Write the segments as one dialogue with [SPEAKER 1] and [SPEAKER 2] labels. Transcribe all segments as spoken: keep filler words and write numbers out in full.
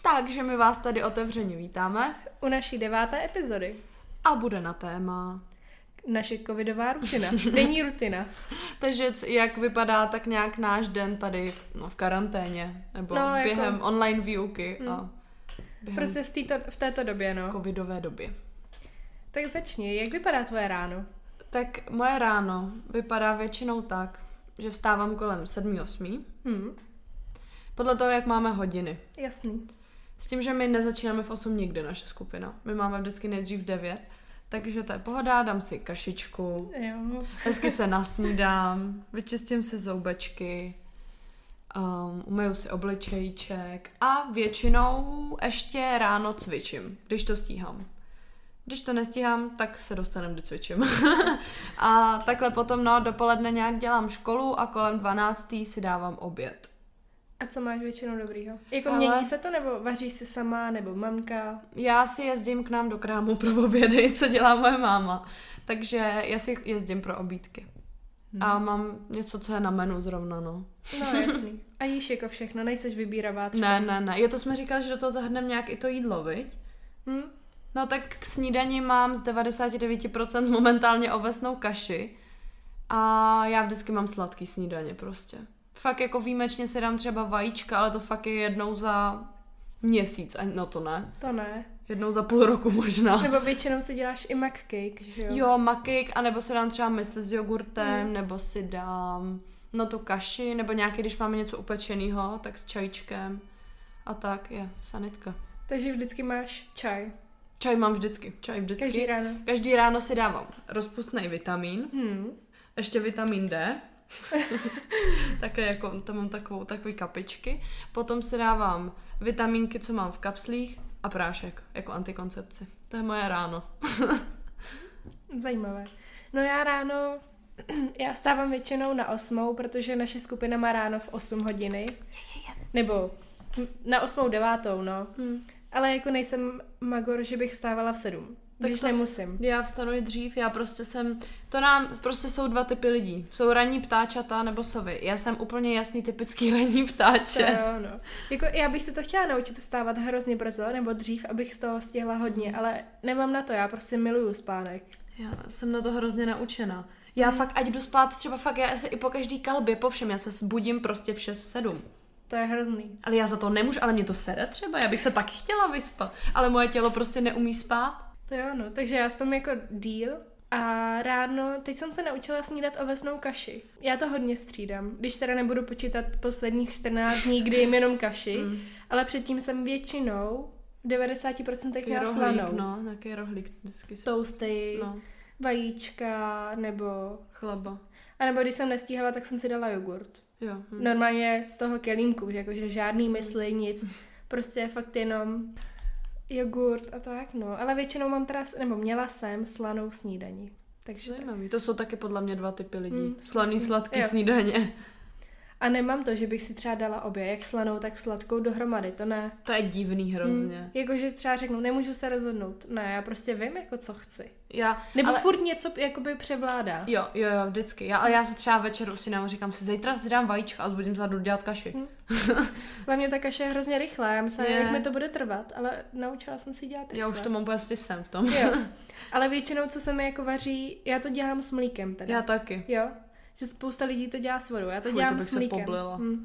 [SPEAKER 1] Takže my vás tady otevřeně vítáme.
[SPEAKER 2] U naší deváté epizody.
[SPEAKER 1] A bude na téma
[SPEAKER 2] naše covidová rutina. Denní rutina.
[SPEAKER 1] Takže jak vypadá tak nějak náš den tady v, no, v karanténě, nebo
[SPEAKER 2] no,
[SPEAKER 1] během
[SPEAKER 2] jako...
[SPEAKER 1] online výuky
[SPEAKER 2] hmm.
[SPEAKER 1] a během
[SPEAKER 2] prostě v, týto, v této době, no.
[SPEAKER 1] covidové době.
[SPEAKER 2] Tak začni, jak vypadá tvoje ráno?
[SPEAKER 1] Tak moje ráno vypadá většinou tak, že vstávám kolem sedmi osmi.
[SPEAKER 2] Hmm.
[SPEAKER 1] Podle toho, jak máme hodiny.
[SPEAKER 2] Jasný.
[SPEAKER 1] S tím, že my nezačínáme v osm nikdy, naše skupina. My máme vždycky nejdřív v devět. Takže to je pohoda, dám si kašičku,
[SPEAKER 2] jo.
[SPEAKER 1] hezky se nasnídám, vyčistím si zoubečky, um, umyju si obličejček a většinou ještě ráno cvičím, když to stíhám. Když to nestíhám, tak se dostanem, kdy cvičím. A takhle potom no, dopoledne nějak dělám školu a kolem dvanácté si dávám oběd.
[SPEAKER 2] A co máš většinou dobrýho? Jako
[SPEAKER 1] Ale...
[SPEAKER 2] mění se to, nebo vaříš si sama, nebo mamka?
[SPEAKER 1] Já si jezdím k nám do krámu pro obědy, co dělá moje máma. Takže já si jezdím pro obídky. Hmm. A mám něco, co je na menu zrovna, no.
[SPEAKER 2] No jasný. A jíš jako všechno, nejseš vybíravá třeba?
[SPEAKER 1] Ne, ne, ne. Jo, to jsme říkali, že do toho zahrneme nějak i to jídlo, viď?
[SPEAKER 2] Hmm?
[SPEAKER 1] No tak k snídani mám z devadesát devět procent momentálně ovesnou kaši. A já vždycky mám sladký snídaně prostě. Fakt jako výjimečně si dám třeba vajíčka, ale to fakt je jednou za měsíc, no to ne.
[SPEAKER 2] To ne.
[SPEAKER 1] Jednou za půl roku možná.
[SPEAKER 2] Nebo většinou si děláš i McCake, že jo?
[SPEAKER 1] Jo, McCake, anebo si dám třeba mysli s jogurtem,
[SPEAKER 2] mm.
[SPEAKER 1] nebo si dám no tu kaši, nebo nějaký, když máme něco upečenýho, tak s čajíčkem. A tak je, sanitka.
[SPEAKER 2] Takže vždycky máš čaj.
[SPEAKER 1] Čaj mám vždycky, čaj vždycky.
[SPEAKER 2] Každý ráno.
[SPEAKER 1] Každý ráno si dávám rozpustný vitamin,
[SPEAKER 2] Hmm.
[SPEAKER 1] ještě vitamin D. Také jako, tam mám takovou, takový kapičky. Potom si dávám vitamínky, co mám v kapslích a prášek, jako antikoncepci. To je moje ráno.
[SPEAKER 2] Zajímavé. No já ráno, já stávám většinou na osmou, protože naše skupina má ráno v osm hodiny. Nebo na osmou devátou, no. Hmm. Ale jako nejsem magor, že bych vstávala v sedm. Když to, nemusím.
[SPEAKER 1] Já vstanu i dřív, já prostě jsem, to nám, prostě jsou dva typy lidí. Jsou ranní ptáčata nebo sovy. Já jsem úplně jasný typický ranní ptáče.
[SPEAKER 2] To jo, no. Jako já bych se to chtěla naučit vstávat hrozně brzo, nebo dřív, abych z toho stihla hodně, ale nemám na to, já prostě miluju spánek.
[SPEAKER 1] Já jsem na to hrozně naučená. Já hmm. fakt, ať jdu spát, třeba fakt, já se i po každý kalbě, po všem, já se zbudím prostě v šest, v sedm.
[SPEAKER 2] To je hrozný.
[SPEAKER 1] Ale já za to nemůžu, ale mě to sere třeba, já bych se taky chtěla vyspat. Ale moje tělo prostě neumí spát.
[SPEAKER 2] To jo, no, takže já spím jako díl a ráno, teď jsem se naučila snídat ovesnou kaši. Já to hodně střídám, když teda nebudu počítat posledních čtrnáct dní, kdy jim jenom kaši, mm. ale předtím jsem většinou v devadesát procent měla slanou.
[SPEAKER 1] No, nějaký rohlík vždycky.
[SPEAKER 2] Toasty, no. Vajíčka nebo
[SPEAKER 1] chleba.
[SPEAKER 2] A nebo když jsem nestíhala, tak jsem si dala jogurt.
[SPEAKER 1] Jo. Hm.
[SPEAKER 2] Normálně z toho kelímku, že jakože žádný mysli, nic, prostě fakt jenom... jogurt a tak, no. Ale většinou mám teda, nebo měla jsem slanou snídani. Takže
[SPEAKER 1] zajímavý. To jsou taky podle mě dva typy lidí.
[SPEAKER 2] Mm,
[SPEAKER 1] Slaný, sladký
[SPEAKER 2] jo.
[SPEAKER 1] snídaně.
[SPEAKER 2] A nemám to, že bych si třeba dala obě, jak slanou, tak sladkou dohromady, to ne.
[SPEAKER 1] To je divný hrozně.
[SPEAKER 2] Mm, jakože třeba řeknu, nemůžu se rozhodnout. Ne, já prostě vím, jako co chci.
[SPEAKER 1] Já,
[SPEAKER 2] nebo
[SPEAKER 1] ale...
[SPEAKER 2] furt něco jakoby převládá.
[SPEAKER 1] Jo, jo, jo, vždycky. Já, ale já se třeba večer usínám a říkám si, zítra si dám vajíčka a zbudím se a jdu dělat kaši.
[SPEAKER 2] Mm. Hlavně ta kaše je hrozně rychlá, já myslím,
[SPEAKER 1] je.
[SPEAKER 2] jak mi to bude trvat, ale naučila jsem si dělat rychle.
[SPEAKER 1] Já už to mám úplně jsem v tom.
[SPEAKER 2] Jo. Ale většinou, co se mi jako vaří, já to dělám s mlíkem teda.
[SPEAKER 1] Já taky.
[SPEAKER 2] Jo. Že spousta lidí to dělá s vodou, já to
[SPEAKER 1] Fuj,
[SPEAKER 2] dělám
[SPEAKER 1] to bych
[SPEAKER 2] s mlíkem.
[SPEAKER 1] se poblila.
[SPEAKER 2] Hmm.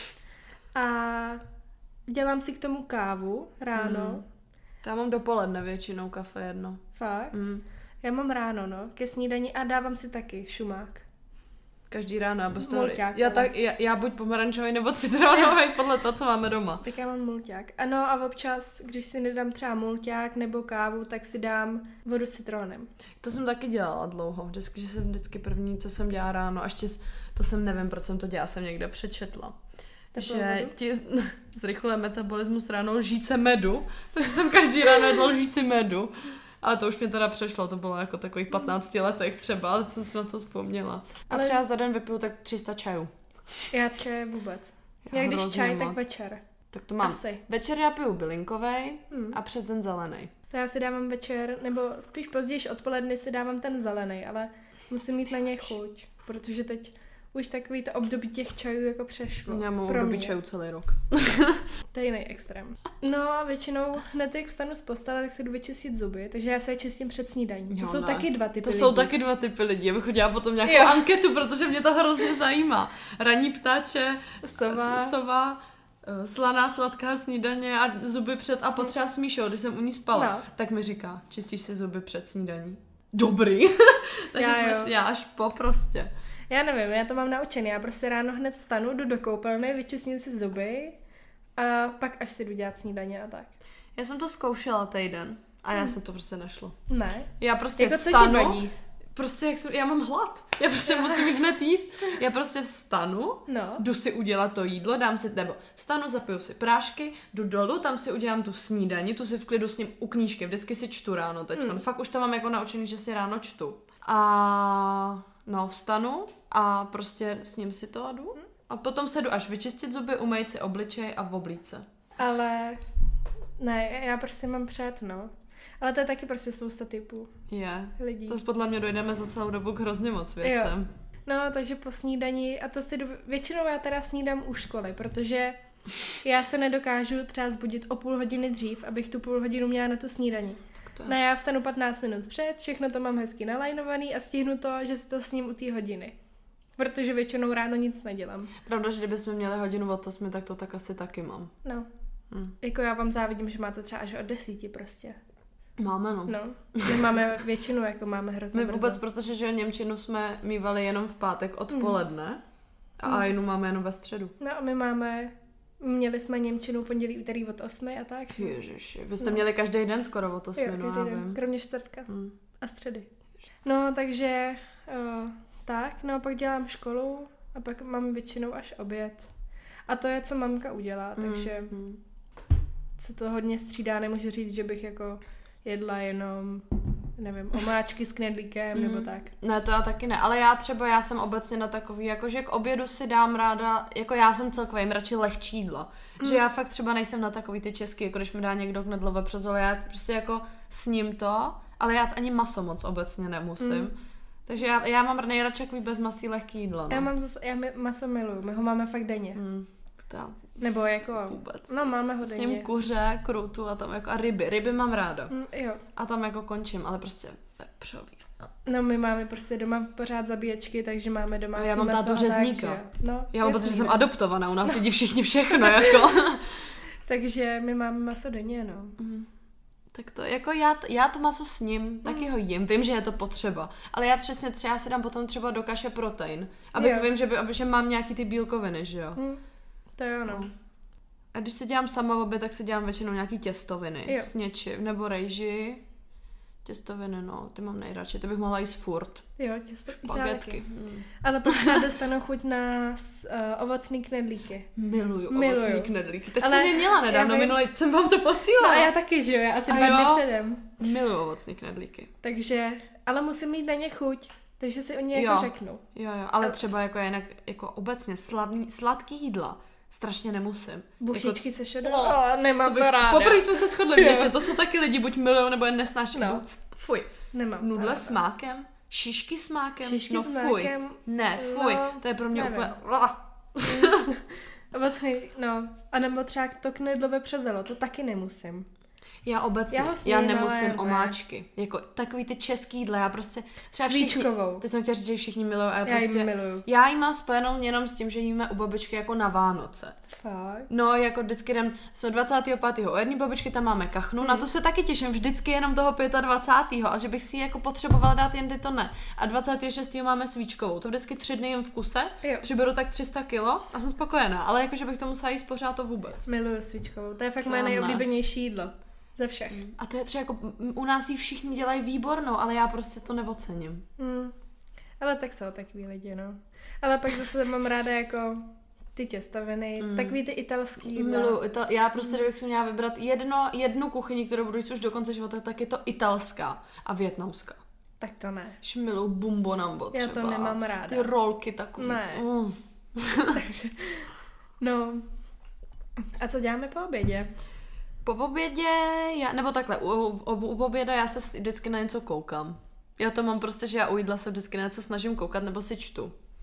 [SPEAKER 2] A dělám si k tomu kávu ráno.
[SPEAKER 1] Hmm. Já mám dopoledne většinou kafe jedno.
[SPEAKER 2] Fakt?
[SPEAKER 1] Hmm.
[SPEAKER 2] Já mám ráno, no, ke snídani a dávám si taky šumák.
[SPEAKER 1] Každý ráno, aby to...
[SPEAKER 2] Mulťák,
[SPEAKER 1] já, tak, já, já buď pomerančový nebo citronový, podle toho, co máme doma.
[SPEAKER 2] Tak já mám mulťák. Ano, a občas, když si nedám třeba mulťák nebo kávu, tak si dám vodu s citronem.
[SPEAKER 1] To jsem taky dělala dlouho. Vždycky, že jsem vždycky první, co jsem dělala ráno. A ještě to jsem, nevím, proč jsem to dělala, jsem někde přečetla.
[SPEAKER 2] To
[SPEAKER 1] že ti zrychluje metabolismus ráno lžíce medu. Takže jsem každý ráno jedla lžíci medu. Ale to už mě teda přešlo, to bylo jako takových patnácti letech třeba, ale to jsem na to vzpomněla. A ale... třeba za den vypiju tak tři sta čajů.
[SPEAKER 2] Já čaj vůbec.
[SPEAKER 1] Já
[SPEAKER 2] Já když čaj,
[SPEAKER 1] moc.
[SPEAKER 2] tak večer.
[SPEAKER 1] Tak to mám.
[SPEAKER 2] Asi.
[SPEAKER 1] Večer já piju bylinkovej
[SPEAKER 2] hmm.
[SPEAKER 1] a přes den zelený.
[SPEAKER 2] To já si dávám večer, nebo spíš později odpoledne si dávám ten zelený, ale musím mít na něj chuť, protože teď už takový to období těch čajů jako přešlo.
[SPEAKER 1] Já mám
[SPEAKER 2] Pro
[SPEAKER 1] období
[SPEAKER 2] mě.
[SPEAKER 1] čajů celý rok.
[SPEAKER 2] To je jiný extrém. No a většinou hned jak vstanu z postele, tak se jdu vyčistit zuby, takže já se je čistím před snídaní. To
[SPEAKER 1] Jo,
[SPEAKER 2] jsou
[SPEAKER 1] ne.
[SPEAKER 2] taky dva typy
[SPEAKER 1] To
[SPEAKER 2] lidí.
[SPEAKER 1] jsou taky dva typy lidí. Já bych chodila potom nějakou
[SPEAKER 2] Jo.
[SPEAKER 1] anketu, protože mě to hrozně zajímá. Ranní ptáče,
[SPEAKER 2] Sova.
[SPEAKER 1] sova eh, slaná, sladká snídaně a zuby před a potřeba s Míšou, když jsem u ní spala,
[SPEAKER 2] No.
[SPEAKER 1] tak mi říká, čistíš si zuby před snídaní. Dobrý. Takže
[SPEAKER 2] Já
[SPEAKER 1] jsme
[SPEAKER 2] jo.
[SPEAKER 1] šli já až po prostě.
[SPEAKER 2] Já nevím, já to mám naučený. Já prostě ráno hned vstanu, jdu do koupelny, vyčistím si zuby a pak až si jdu dělat snídaně a tak.
[SPEAKER 1] Já jsem to zkoušela týden a já jsem to prostě nešlo.
[SPEAKER 2] Ne.
[SPEAKER 1] Já prostě
[SPEAKER 2] Jako co ti
[SPEAKER 1] vstanu,
[SPEAKER 2] vadí?
[SPEAKER 1] prostě jak jsem, já mám hlad, já prostě musím jít hned jíst, já prostě vstanu,
[SPEAKER 2] No.
[SPEAKER 1] jdu si udělat to jídlo, dám si, nebo vstanu, zapiju si prášky, jdu dolů, tam si udělám tu snídani, tu si v klidu s ním u knížky, vždycky si čtu ráno teď,
[SPEAKER 2] Hmm.
[SPEAKER 1] fakt už to mám jako naučený, že si ráno čtu. A no, vstanu a prostě s ním si to a jdu. A potom se jdu až vyčistit zuby, umýt si obličej a v oblíce.
[SPEAKER 2] Ale ne, já prostě mám před, no. Ale to je taky prostě spousta typů
[SPEAKER 1] Je.
[SPEAKER 2] lidí.
[SPEAKER 1] To podle mě dojdeme za celou dobu k hrozně moc věcem.
[SPEAKER 2] No, takže po snídani, a to si jdu, většinou já teda snídám u školy, protože já se nedokážu třeba zbudit o půl hodiny dřív, abych tu půl hodinu měla na tu snídani.
[SPEAKER 1] To je
[SPEAKER 2] Ne, já vstanu patnáct minut před, všechno to mám hezky nalajnovaný a stihnu to, že si to sním u té hodiny. Protože většinou ráno nic nedělám.
[SPEAKER 1] Pravda, že kdybychom měli hodinu od osmi, tak to tak asi taky mám.
[SPEAKER 2] No.
[SPEAKER 1] Hm.
[SPEAKER 2] Jako já vám závidím, že máte třeba až od desíti prostě.
[SPEAKER 1] Máme, no.
[SPEAKER 2] No. My máme většinu, jako máme hrozně
[SPEAKER 1] My
[SPEAKER 2] brzo.
[SPEAKER 1] vůbec, protože že němčinu jsme mívali jenom v pátek odpoledne a
[SPEAKER 2] Mm.
[SPEAKER 1] ajnu máme jenom ve středu.
[SPEAKER 2] No a my máme, měli jsme němčinu pondělí, úterý od osmi a tak. že?
[SPEAKER 1] Ježiši, vy jste
[SPEAKER 2] No.
[SPEAKER 1] měli každý den skoro od osmi,
[SPEAKER 2] Jo,
[SPEAKER 1] no
[SPEAKER 2] každý
[SPEAKER 1] já
[SPEAKER 2] den,
[SPEAKER 1] vím.
[SPEAKER 2] kromě čtvrtka
[SPEAKER 1] Hm.
[SPEAKER 2] a středy. No, takže uh, tak, no a pak dělám školu a pak mám většinou až oběd. A to je, co mamka udělá, takže
[SPEAKER 1] Hm.
[SPEAKER 2] se to hodně střídá, nemůžu říct, že bych jako jedla jenom, nevím, omáčky s knedlíkem
[SPEAKER 1] Mm.
[SPEAKER 2] nebo tak.
[SPEAKER 1] Ne, to já taky ne, ale já třeba, já jsem obecně na takový, jako že k obědu si dám ráda, jako já jsem celkově jim radši lehčí jídla.
[SPEAKER 2] Mm.
[SPEAKER 1] Že já fakt třeba nejsem na takový ty český, jako když mi dá někdo knedlové přes ale já prostě jako sním to, ale já ani maso moc obecně nemusím.
[SPEAKER 2] Mm.
[SPEAKER 1] Takže já, já mám nejradši takový bez masí lehký jídla, no.
[SPEAKER 2] Já mám zase, já mi- maso miluju, my ho máme fakt denně.
[SPEAKER 1] Mm, to
[SPEAKER 2] Nebo jako,
[SPEAKER 1] vůbec.
[SPEAKER 2] no máme ho
[SPEAKER 1] S
[SPEAKER 2] denně.
[SPEAKER 1] ním kuře, krutu a tam jako a ryby. Ryby mám ráda.
[SPEAKER 2] Mm, jo.
[SPEAKER 1] A tam jako končím, ale prostě vepřový.
[SPEAKER 2] No my máme prostě doma pořád zabíječky, takže máme domácí
[SPEAKER 1] Já mám
[SPEAKER 2] maso
[SPEAKER 1] tátu
[SPEAKER 2] a tak,
[SPEAKER 1] řezníka.
[SPEAKER 2] že- No,
[SPEAKER 1] Já mám pocit,
[SPEAKER 2] jasně,
[SPEAKER 1] že jsem adoptovaná, u nás jedí všichni všechno, jako.
[SPEAKER 2] Takže my máme maso denně, no.
[SPEAKER 1] Mhm. Tak to, jako já, já to maso sním, taky ho jím, vím, že je to potřeba, ale já přesně třeba si dám potom třeba do kaše protein, abych
[SPEAKER 2] Jo.
[SPEAKER 1] vím, že, by, aby, že mám nějaký ty bílkoviny, že jo.
[SPEAKER 2] Hm, to jo, no.
[SPEAKER 1] No. A když se dělám sama v oběd, tak se dělám většinou nějaký těstoviny
[SPEAKER 2] Jo.
[SPEAKER 1] s něčím, nebo rejži. Těstoviny, no, ty mám nejradši, ty bych mohla jíst furt.
[SPEAKER 2] Jo, těsto,
[SPEAKER 1] Bagetky. Mm.
[SPEAKER 2] Ale pak třeba dostanu chuť na uh, ovocný knedlíky.
[SPEAKER 1] Miluju
[SPEAKER 2] Miluju.
[SPEAKER 1] ovocný knedlíky. Teď
[SPEAKER 2] Ale
[SPEAKER 1] jsem je měla nedávno,
[SPEAKER 2] já vím-
[SPEAKER 1] minulý jsem vám to
[SPEAKER 2] No
[SPEAKER 1] posílala.
[SPEAKER 2] a já taky, že jo, já asi
[SPEAKER 1] A
[SPEAKER 2] dva
[SPEAKER 1] jo?
[SPEAKER 2] dny předem.
[SPEAKER 1] Miluju ovocný knedlíky.
[SPEAKER 2] Takže, ale musím mít na ně chuť, takže si o ně jako
[SPEAKER 1] Jo.
[SPEAKER 2] řeknu.
[SPEAKER 1] Jo, jo, ale třeba jako jinak, jako obecně sladný, sladký jídla strašně nemusím.
[SPEAKER 2] Bušičky se šodou.
[SPEAKER 1] Oh,
[SPEAKER 2] Oh, nemám to,
[SPEAKER 1] Jako,
[SPEAKER 2] ráda.
[SPEAKER 1] poprvé jsme se shodli v
[SPEAKER 2] Jo.
[SPEAKER 1] něčem, to jsou taky lidi, buď milujou, nebo je nesnáší.
[SPEAKER 2] No.
[SPEAKER 1] Fuj.
[SPEAKER 2] Nemám to
[SPEAKER 1] Nudle
[SPEAKER 2] ráda.
[SPEAKER 1] s mákem, šišky s mákem,
[SPEAKER 2] Šišky
[SPEAKER 1] no
[SPEAKER 2] s
[SPEAKER 1] fuj.
[SPEAKER 2] mákem,
[SPEAKER 1] Ne, fuj,
[SPEAKER 2] no,
[SPEAKER 1] to je pro mě
[SPEAKER 2] nevím.
[SPEAKER 1] úplně... Ah.
[SPEAKER 2] Vlastně, no. A nebo třeba to knedlové přezelo, to taky nemusím.
[SPEAKER 1] Já obecně,
[SPEAKER 2] Já
[SPEAKER 1] já,
[SPEAKER 2] ho sním,
[SPEAKER 1] já
[SPEAKER 2] ale
[SPEAKER 1] nemusím
[SPEAKER 2] ne.
[SPEAKER 1] omáčky. Jako takový ty český jídla, já prostě... Třeba všichni,
[SPEAKER 2] Svíčkovou.
[SPEAKER 1] teď jsem chtěla říct, že všichni milují a já,
[SPEAKER 2] Já
[SPEAKER 1] prostě...
[SPEAKER 2] ji miluju.
[SPEAKER 1] Já ji mám spojenou jenom s tím, že jíme u babičky jako na Vánoce.
[SPEAKER 2] Fakt.
[SPEAKER 1] No, jako vždycky jdem, jsme dvacátého pátého u jedné babičky, tam máme kachnu, na to se taky těším, vždycky jenom toho dvacátého pátého ale že bych si ji jako potřebovala dát jindy, to ne. A dvacátého šestého máme svíčkovou, to vždycky tři dny jim v kuse,
[SPEAKER 2] Jo.
[SPEAKER 1] přiberu tak tři sta kilo a jsem spokojená, ale jakože bych to musela jíst pořád to vůbec.
[SPEAKER 2] Miluju svíčkovou, to je fakt
[SPEAKER 1] To
[SPEAKER 2] moje
[SPEAKER 1] ne.
[SPEAKER 2] nejoblíbenější jídlo. Ze všech.
[SPEAKER 1] A to je třeba jako, m- u nás ji všichni dělají výbornou, ale já prostě to neocením.
[SPEAKER 2] Mm. Ale tak jsou takový lidi, no. Ale pak zase mám ráda jako ty těstoviny, mm. takový ty italský jídla.
[SPEAKER 1] Miluju, ital- já prostě, kdybych si měla vybrat jedno, jednu kuchyni, kterou budu jíst už do konce života, tak je to italská a vietnamská.
[SPEAKER 2] Tak to ne.
[SPEAKER 1] Že miluju bumbonambo
[SPEAKER 2] Já
[SPEAKER 1] třeba.
[SPEAKER 2] to nemám ráda.
[SPEAKER 1] Ty rolky takové.
[SPEAKER 2] Ne.
[SPEAKER 1] Mm.
[SPEAKER 2] Takže, no. A co děláme po obědě?
[SPEAKER 1] Po obědě, já, nebo takhle, u, u, u oběda já se vždycky na něco koukám. Já to mám prostě, že já u jídla se vždycky na něco snažím koukat, nebo si čtu.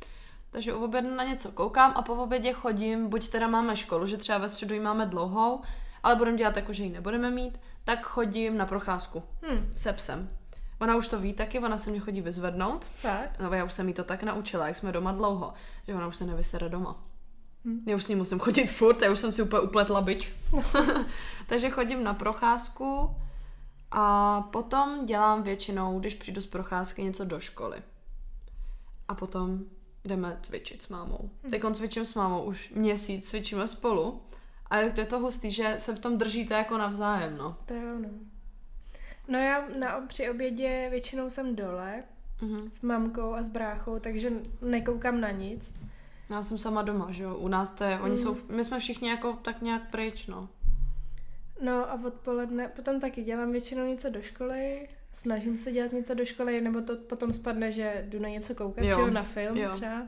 [SPEAKER 1] Takže u oběda na něco koukám a po obědě chodím, buď teda máme školu, že třeba ve středu ji máme dlouhou, ale budeme dělat jako, že ji nebudeme mít, tak chodím na procházku hmm. se psem. Ona už to ví taky, ona se mě chodí vyzvednout.
[SPEAKER 2] Tak.
[SPEAKER 1] No já už jsem jí to tak naučila, jak jsme doma dlouho, že ona už se nevysere doma. Hmm. Já už s ní musím chodit furt, já už jsem si úplně upletla bič. No. Takže chodím na procházku a potom dělám většinou, když přijdu z procházky, něco do školy. A potom jdeme cvičit s mámou. Hmm. Teď cvičím s mámou už měsíc, cvičíme spolu. A je to hustý, že se v tom držíte jako navzájem, no.
[SPEAKER 2] To jo, no. No já na, při obědě většinou jsem dole mm-hmm. s mamkou a s bráchou, takže nekoukám na nic.
[SPEAKER 1] Já jsem sama doma, že jo, u nás to je, oni mm. jsou, my jsme všichni jako tak nějak pryč, no.
[SPEAKER 2] No a odpoledne, potom taky dělám většinou něco do školy, snažím se dělat něco do školy, nebo to potom spadne, že jdu na něco koukat, jo. Jo, na film jo. třeba.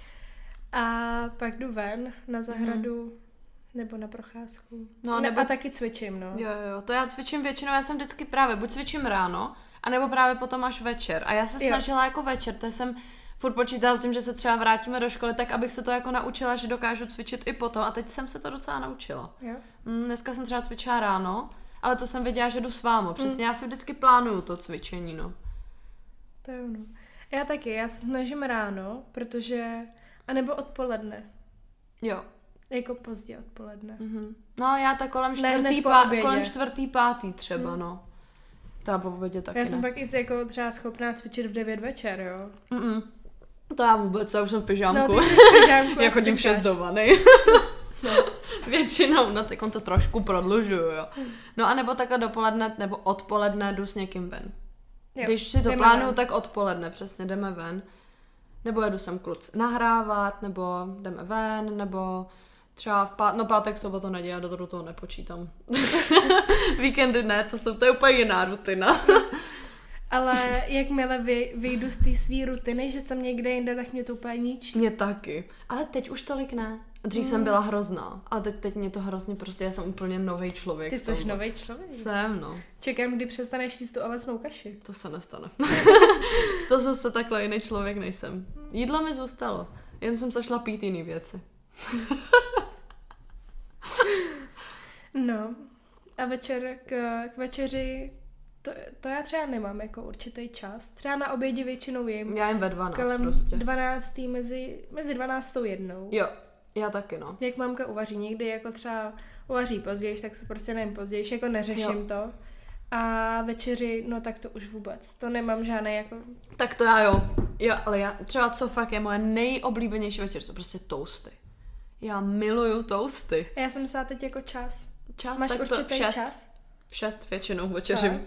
[SPEAKER 2] A pak jdu ven na zahradu, mm. nebo na procházku. No, nebo... A taky cvičím, no.
[SPEAKER 1] Jo, jo, to já cvičím většinou, já jsem vždycky právě, buď cvičím ráno, anebo právě potom až večer. A já se snažila jo. jako večer, to jsem furt počítala s tím, že se třeba vrátíme do školy, tak abych se to jako naučila, že dokážu cvičit i potom. A teď jsem se to docela naučila.
[SPEAKER 2] Jo.
[SPEAKER 1] Dneska jsem třeba cvičila ráno, ale to jsem věděla, že jdu s vámi. Přesně, mm. já si vždycky plánuju to cvičení, no.
[SPEAKER 2] To jo, no. Já taky, já se snažím ráno, protože... A nebo odpoledne.
[SPEAKER 1] Jo.
[SPEAKER 2] Jako pozdě odpoledne.
[SPEAKER 1] Mm-hmm. No já tak kolem čtvrtý, pá- kolem čtvrtý, pátý třeba, mm. no. To já po obědě taky
[SPEAKER 2] Já
[SPEAKER 1] ne.
[SPEAKER 2] jsem pak i jako třeba schopná cvičit v devět večer, jo.
[SPEAKER 1] Mm-mm. To já vůbec, já už jsem v pyžámku.
[SPEAKER 2] No, ty jsi v pyžámku.
[SPEAKER 1] Já chodím v šest do vany. No. Většinou, no tak on to trošku prodlužuju, jo. No a nebo takhle dopoledne, nebo odpoledne jdu s někým ven. Jo, když si to plánuju, tak odpoledne přesně jdeme ven. Nebo jedu sem kluci nahrávat, nebo jdeme ven, nebo třeba v pát, no pátek, sobotu, neděle, do toho, do toho nepočítám. Víkendy ne, to jsou, to je úplně jiná rutina.
[SPEAKER 2] Ale jakmile vy, vyjdu z té svý rutiny, že jsem někde jinde, tak mě to úplně ničí.
[SPEAKER 1] Mě taky. Ale teď už tolik ne. Dřív mm. jsem byla hrozná, ale teď, teď mě to hrozně prostě, já jsem úplně novej člověk.
[SPEAKER 2] Ty jsi novej člověk?
[SPEAKER 1] Jsem, no.
[SPEAKER 2] Čekám, kdy přestaneš jíst tu ovesnou kaši.
[SPEAKER 1] To se nestane. To zase takhle jiný člověk nejsem. Jídlo mi zůstalo, jen jsem zašla pít jiný věci.
[SPEAKER 2] No, a večer k, k večeři, to, to já třeba nemám jako určitý čas. Třeba na obědě většinou jim.
[SPEAKER 1] Já jim ve dvanáct
[SPEAKER 2] kolem
[SPEAKER 1] prostě.
[SPEAKER 2] dvanáctý mezi, mezi dvanáctou jednou.
[SPEAKER 1] Jo, já taky, no.
[SPEAKER 2] Jak mamka uvaří, někdy jako třeba uvaří později, tak se prostě nevím později, jako neřeším jo. to. A večeři, no tak to už vůbec. To nemám žádné jako...
[SPEAKER 1] Tak to já jo. Jo, ale já třeba co fakt je moje nejoblíbenější večer, to prostě toasty. Já miluju toasty.
[SPEAKER 2] Já jsem myslela teď jako čas.
[SPEAKER 1] Čas?
[SPEAKER 2] Máš
[SPEAKER 1] tak
[SPEAKER 2] určitý
[SPEAKER 1] to v šest,
[SPEAKER 2] čas?
[SPEAKER 1] V šest většinou večeřím.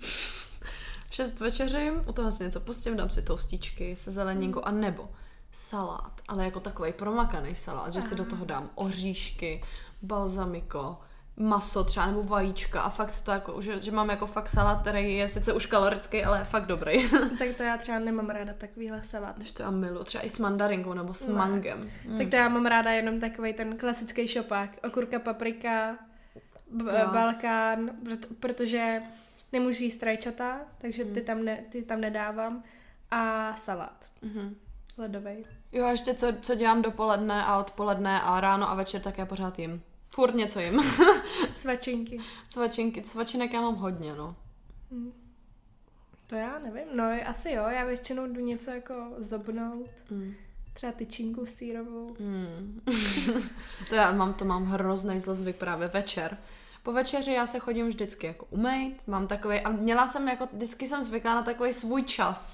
[SPEAKER 1] V šest večeřím, u toho si něco pustím, dám si toastíčky se zeleninkou mm. a nebo salát, ale jako takovej promakaný salát, že Aha. si do toho dám oříšky, balzamiko, maso třeba nebo vajíčka a fakt si to jako, že, že mám jako fakt salát, který je sice už kalorický, ale je fakt dobrý.
[SPEAKER 2] Tak to já třeba nemám ráda takovýhle salát.
[SPEAKER 1] Když to já miluji, třeba i s mandarinkou nebo s ne. mangem.
[SPEAKER 2] Mm. Tak to já mám ráda jenom takovej ten klasický šopák, okurka, paprika, b- balkán, protože nemůžu jíst rajčata, takže ty tam, ne, ty tam nedávám a salát. Mm-hmm. Ledovej.
[SPEAKER 1] Jo a ještě co, co dělám dopoledne a odpoledne a ráno a večer, tak já pořád jim. Furt něco jim.
[SPEAKER 2] Svačinky.
[SPEAKER 1] Svačinky, svačinek já mám hodně, no.
[SPEAKER 2] Hmm. To já nevím, no asi jo, já většinou jdu něco jako zdobnout. Hmm. Třeba tyčinku sírovou. Hmm.
[SPEAKER 1] To já mám, to mám hrozný zlozvyk právě večer. Po večeři já se chodím vždycky jako umýt, mám takový a měla jsem jako, vždycky jsem zvykla na takový svůj čas.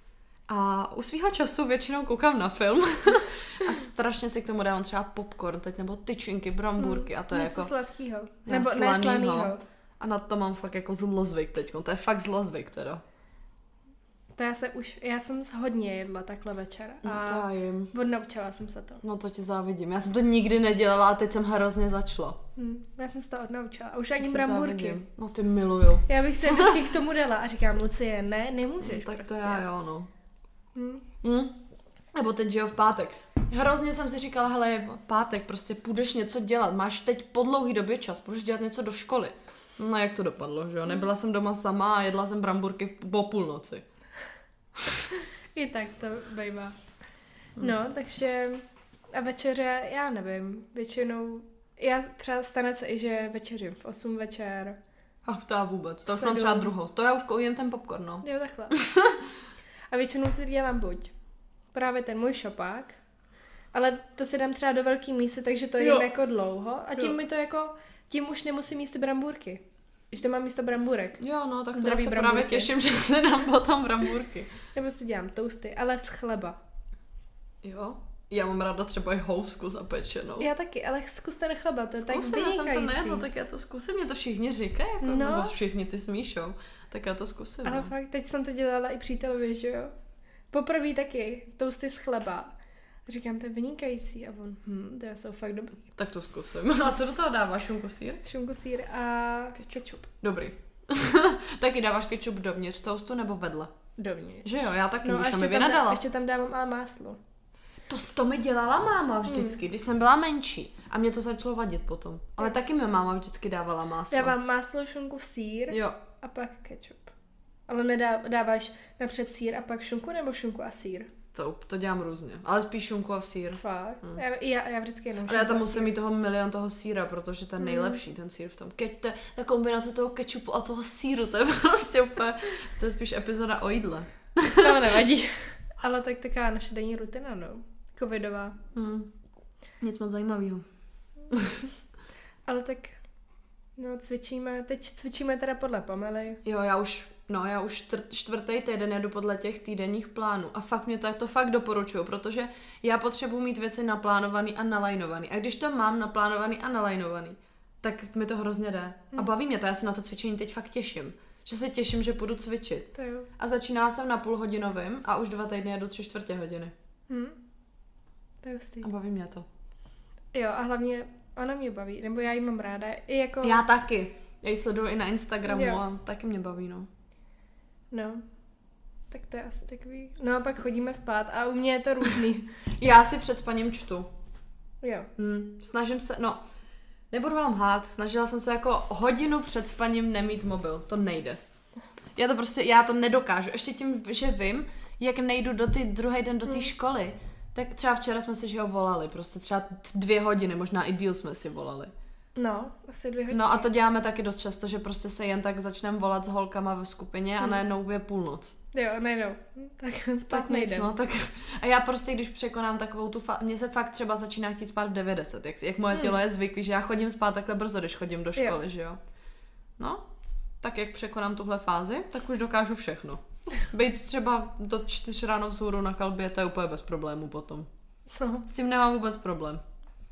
[SPEAKER 1] A u svýho času většinou koukám na film a strašně si k tomu dávám třeba popcorn teď, nebo tyčinky, brambůrky a to je
[SPEAKER 2] něco
[SPEAKER 1] jako...
[SPEAKER 2] sladkýho. Nebo neslanýho.
[SPEAKER 1] A na to mám fakt jako zlozvyk teď, to je fakt zlozvyk teda.
[SPEAKER 2] To já se už, já jsem hodně jedla takhle večer a
[SPEAKER 1] no to já jim.
[SPEAKER 2] odnaučila jsem se to.
[SPEAKER 1] No to ti závidím, já jsem to nikdy nedělala a teď jsem hrozně začala.
[SPEAKER 2] Hmm, já jsem se to odnaučila a už ani brambůrky.
[SPEAKER 1] No ty miluju.
[SPEAKER 2] Já bych se vždycky k tomu dala a říkám, Lucie, ne, nemůžeš
[SPEAKER 1] no, tak
[SPEAKER 2] prostě.
[SPEAKER 1] Tak to já jo, no. Hmm. Hmm. Nebo teď, že jo, v pátek. Hrozně jsem si říkala, hele, v pátek prostě půjdeš něco dělat, máš teď po dlouhý době čas, půjdeš dělat něco do školy. No jak to dopadlo, že jo, nebyla jsem doma sama a jedla jsem brambůrky po půlnoci.
[SPEAKER 2] I tak to bývá. No, takže a večeře, já nevím, většinou, já třeba stane se i, že večeřím v osm večer.
[SPEAKER 1] Ach, to já vůbec, to už mám třeba druhou, to já už jem ten popcorn, no.
[SPEAKER 2] Jo, takhle. A většinou si dělám buď právě ten můj šopák, ale to si dám třeba do velký mísy, takže to jím jako dlouho a tím jo. mi to jako, tím už nemusím jíst brambůrky. Že to mám místo brambůrek.
[SPEAKER 1] Jo, no, tak
[SPEAKER 2] Zdraví
[SPEAKER 1] se
[SPEAKER 2] brambůrky.
[SPEAKER 1] právě těším, že si dám potom brambůrky.
[SPEAKER 2] Nebo si dělám toasty, ale z chleba.
[SPEAKER 1] Jo? Já mám ráda třeba i housku zapečenou.
[SPEAKER 2] Já taky, ale zkus ten chleba, to je tak
[SPEAKER 1] Zkusím,
[SPEAKER 2] vynikající.
[SPEAKER 1] já jsem to nejedla, tak já to zkusím, mě to všichni říkají, jako,
[SPEAKER 2] No.
[SPEAKER 1] nebo všichni ty s Míšou, tak já to zkusím.
[SPEAKER 2] Ale
[SPEAKER 1] no.
[SPEAKER 2] fakt, teď jsem to dělala i přítelovi, že jo. Poprvé taky, toasty z chleba. Říkám, to je vynikající a on, hm, to jsou fakt dobrý.
[SPEAKER 1] Tak to zkusím. A co do toho dáváš, šunku, sýr?
[SPEAKER 2] Šunku, sýr a ketchup.
[SPEAKER 1] Dobrý. Taky dáváš ketchup dovnitř toastu nebo vedle?
[SPEAKER 2] Dovnitř.
[SPEAKER 1] Že jo, já taky,
[SPEAKER 2] No a
[SPEAKER 1] Míša mi
[SPEAKER 2] ještě tam,
[SPEAKER 1] vynadala.
[SPEAKER 2] dá, ještě tam dávám ale máslo.
[SPEAKER 1] To, to mi dělala máma vždycky, hmm. když jsem byla menší. A mě to začalo vadit potom. Ale taky mi máma vždycky dávala máslo.
[SPEAKER 2] Dávám máslo, šunku, sýr
[SPEAKER 1] Jo.
[SPEAKER 2] a pak ketchup. Ale nedá, dáváš napřed sýr a pak šunku nebo šunku a sýr?
[SPEAKER 1] To, to dělám různě. Ale spíš šunku a sýr.
[SPEAKER 2] Fakt?
[SPEAKER 1] Hmm.
[SPEAKER 2] Já, já, já vždycky jenom
[SPEAKER 1] Ale já tam
[SPEAKER 2] šunku a
[SPEAKER 1] musím
[SPEAKER 2] sýr.
[SPEAKER 1] mít toho milion toho sýra, protože ten
[SPEAKER 2] Hmm.
[SPEAKER 1] nejlepší, ten sýr v tom. Ke, ta, ta kombinace toho kečupu a toho sýru, to je prostě úplně, to je spíš epizoda o jídle.
[SPEAKER 2] No, nevadí. Ale tak taková naše denní rutina, no. Covidová.
[SPEAKER 1] Hmm. Nic moc zajímavého.
[SPEAKER 2] Ale tak, no cvičíme, teď cvičíme teda podle Pamely.
[SPEAKER 1] Jo, já už, no já už čtvrt, čtvrtý týden jedu podle těch týdenních plánů a fakt mě to, to fakt doporučuju, protože já potřebuji mít věci naplánovaný a nalajnovaný. A když to mám naplánovaný a nalajnovaný, tak mi to hrozně jde. A baví mě to, já se na to cvičení teď fakt těším. Že se těším, že půjdu cvičit.
[SPEAKER 2] To jo.
[SPEAKER 1] A začínala jsem na půlhodinovým a už dva týdny jedu tři čtvrtě hodiny.
[SPEAKER 2] Hm. To je hustý.
[SPEAKER 1] A baví mě to.
[SPEAKER 2] Jo, a hlavně ona mě baví, nebo já ji mám ráda. I jako...
[SPEAKER 1] Já taky. Já ji sleduju i na Instagramu
[SPEAKER 2] Jo.
[SPEAKER 1] a taky mě baví, no.
[SPEAKER 2] No. Tak to je asi takový. No a pak chodíme spát a u mě je to různý.
[SPEAKER 1] Já si před spaním čtu.
[SPEAKER 2] Jo.
[SPEAKER 1] Hmm, snažím se, no, nebudu vám lhát, snažila jsem se jako hodinu před spaním nemít mobil, to nejde. Já to prostě, já to nedokážu, ještě tím, že vím, jak nejdu do ty druhý den do té
[SPEAKER 2] Hmm.
[SPEAKER 1] školy, tak třeba včera jsme si, že ho volali, prostě třeba dvě hodiny, možná i díl jsme si volali.
[SPEAKER 2] No, asi dvě hodiny.
[SPEAKER 1] No a to děláme taky dost často, že prostě se jen tak začneme volat s holkama ve skupině a
[SPEAKER 2] Hmm.
[SPEAKER 1] najednou je půlnoc.
[SPEAKER 2] Jo, nejdou. Tak spát
[SPEAKER 1] Tak nic,
[SPEAKER 2] nejdem.
[SPEAKER 1] no, tak a já prostě, když překonám takovou tu fa- mně se fakt třeba začíná chtít spát v devět deset, jak, jak moje
[SPEAKER 2] Hmm.
[SPEAKER 1] tělo je zvyklý, že já chodím spát takhle brzo, když chodím do školy,
[SPEAKER 2] Jo.
[SPEAKER 1] že jo. No, tak jak překonám tuhle fázi, tak už dokážu všechno. Být třeba do čtyř ráno vzhůru na kalbě, to je úplně bez problémů potom.
[SPEAKER 2] No.
[SPEAKER 1] S tím nemám vůbec problém.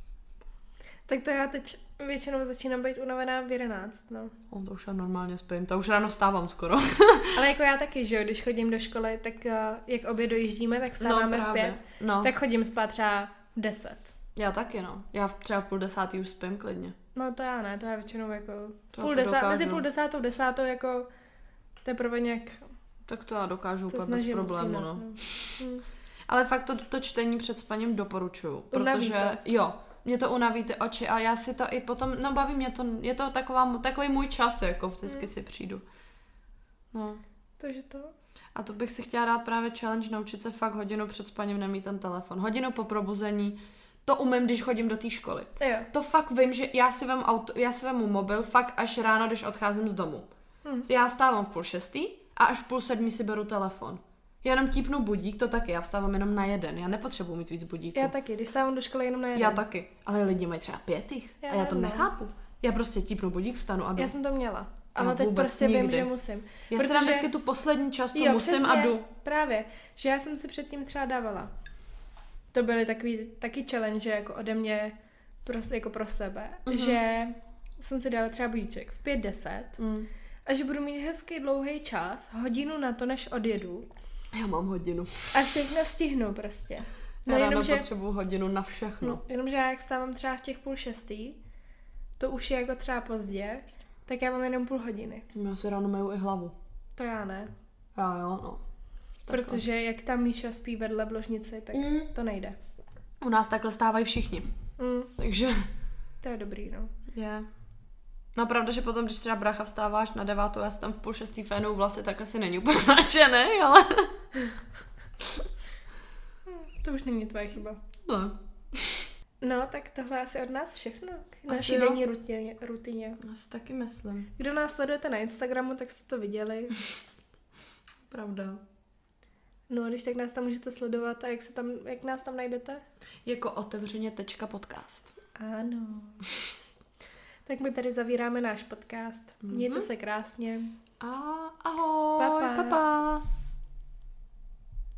[SPEAKER 2] Tak to já teď většinou začínám být unavená v jedenáct, no.
[SPEAKER 1] O, to už já normálně spím, to už ráno vstávám skoro.
[SPEAKER 2] Ale jako já taky, že jo, když chodím do školy, tak uh, jak obě dojíždíme, tak vstáváme v pět,
[SPEAKER 1] No,
[SPEAKER 2] tak chodím spát třeba v deset.
[SPEAKER 1] já taky, no. Já třeba v půl desátý už spím klidně.
[SPEAKER 2] No to já ne, to já většinou jako
[SPEAKER 1] To
[SPEAKER 2] půl
[SPEAKER 1] jako
[SPEAKER 2] desát,
[SPEAKER 1] dokážu.
[SPEAKER 2] mezi půl desátou desátou jako teprve nějak
[SPEAKER 1] Tak to já dokážu
[SPEAKER 2] to
[SPEAKER 1] úplně bez
[SPEAKER 2] snažím
[SPEAKER 1] problému,
[SPEAKER 2] usínat,
[SPEAKER 1] no.
[SPEAKER 2] no. Hm.
[SPEAKER 1] Ale fakt to, to čtení před spaním doporučuju,
[SPEAKER 2] Unaví
[SPEAKER 1] protože
[SPEAKER 2] to.
[SPEAKER 1] jo, mě to unaví ty oči a já si to i potom, no baví mě to, je to taková, takový můj čas, jako vždycky
[SPEAKER 2] Hmm.
[SPEAKER 1] si přijdu. No.
[SPEAKER 2] Takže to.
[SPEAKER 1] A to bych si chtěla dát právě challenge, naučit se fakt hodinu před spaním nemít ten telefon. Hodinu po probuzení, to umím, když chodím do té školy.
[SPEAKER 2] Jo.
[SPEAKER 1] To fakt vím, že já si vemu, auto, já si vemu mobil fakt až ráno, když odcházím z domu.
[SPEAKER 2] Hm.
[SPEAKER 1] Já vstávám v půl šestý a až v půl sedmí si beru telefon. Já jenom típnu budík, to taky, já vstávám jenom na jeden, já nepotřebuji mít víc budíků.
[SPEAKER 2] Já taky, když stávám do školy jenom na jeden.
[SPEAKER 1] Já taky, ale lidi mají třeba pět jich
[SPEAKER 2] Já
[SPEAKER 1] a já to
[SPEAKER 2] nevím, no.
[SPEAKER 1] nechápu. Já prostě típnu budík, vstanu a jdu.
[SPEAKER 2] Já jsem to měla. Ale
[SPEAKER 1] Já
[SPEAKER 2] teď
[SPEAKER 1] vůbec
[SPEAKER 2] prostě vím,
[SPEAKER 1] nikdy.
[SPEAKER 2] že musím.
[SPEAKER 1] Já si dám vždycky tu poslední čas, co
[SPEAKER 2] Jo,
[SPEAKER 1] musím
[SPEAKER 2] přesně,
[SPEAKER 1] a jdu.
[SPEAKER 2] Právě, že já jsem si předtím třeba dávala. To byly takový, taky challenge jako ode mě pro, jako pro sebe,
[SPEAKER 1] Mhm.
[SPEAKER 2] že jsem si dala třeba budíček v pět deset
[SPEAKER 1] Mm.
[SPEAKER 2] a že budu mít hezký dlouhý čas, hodinu na to, než odjedu
[SPEAKER 1] Já mám hodinu.
[SPEAKER 2] a všechno stihnu prostě. No
[SPEAKER 1] Já
[SPEAKER 2] jenom,
[SPEAKER 1] ráno
[SPEAKER 2] že,
[SPEAKER 1] potřebuji hodinu na všechno.
[SPEAKER 2] no, jenomže já jak stávám třeba v těch půl šestý, to už je jako třeba pozdě, tak já mám jenom půl hodiny.
[SPEAKER 1] Já si ráno meju i hlavu.
[SPEAKER 2] To já ne.
[SPEAKER 1] Já jo, no. Takhle.
[SPEAKER 2] Protože jak tam Míša spí vedle v ložnici, tak
[SPEAKER 1] Mm.
[SPEAKER 2] to nejde.
[SPEAKER 1] U nás takhle stávají všichni.
[SPEAKER 2] Mm,
[SPEAKER 1] Takže
[SPEAKER 2] to je dobrý, no.
[SPEAKER 1] je. No pravda, že potom, když třeba brácha vstáváš na devátou, já si tam v půl šestý fénou vlasy, tak asi není úplně nadšený, ale...
[SPEAKER 2] To už není tvoje chyba.
[SPEAKER 1] No.
[SPEAKER 2] No, tak tohle asi od nás všechno. K
[SPEAKER 1] Asi
[SPEAKER 2] naší
[SPEAKER 1] jo.
[SPEAKER 2] denní rutině, rutině.
[SPEAKER 1] Já si taky myslím.
[SPEAKER 2] Kdo nás sledujete na Instagramu, tak jste to viděli.
[SPEAKER 1] Pravda.
[SPEAKER 2] No a když tak nás tam můžete sledovat a jak, se tam, jak nás tam najdete?
[SPEAKER 1] Jako otevřeně tečka podcast.
[SPEAKER 2] Ano. Tak my tady zavíráme náš podcast. Mějte se krásně.
[SPEAKER 1] A ahoj.
[SPEAKER 2] Pa, pa.
[SPEAKER 1] Pa, pa.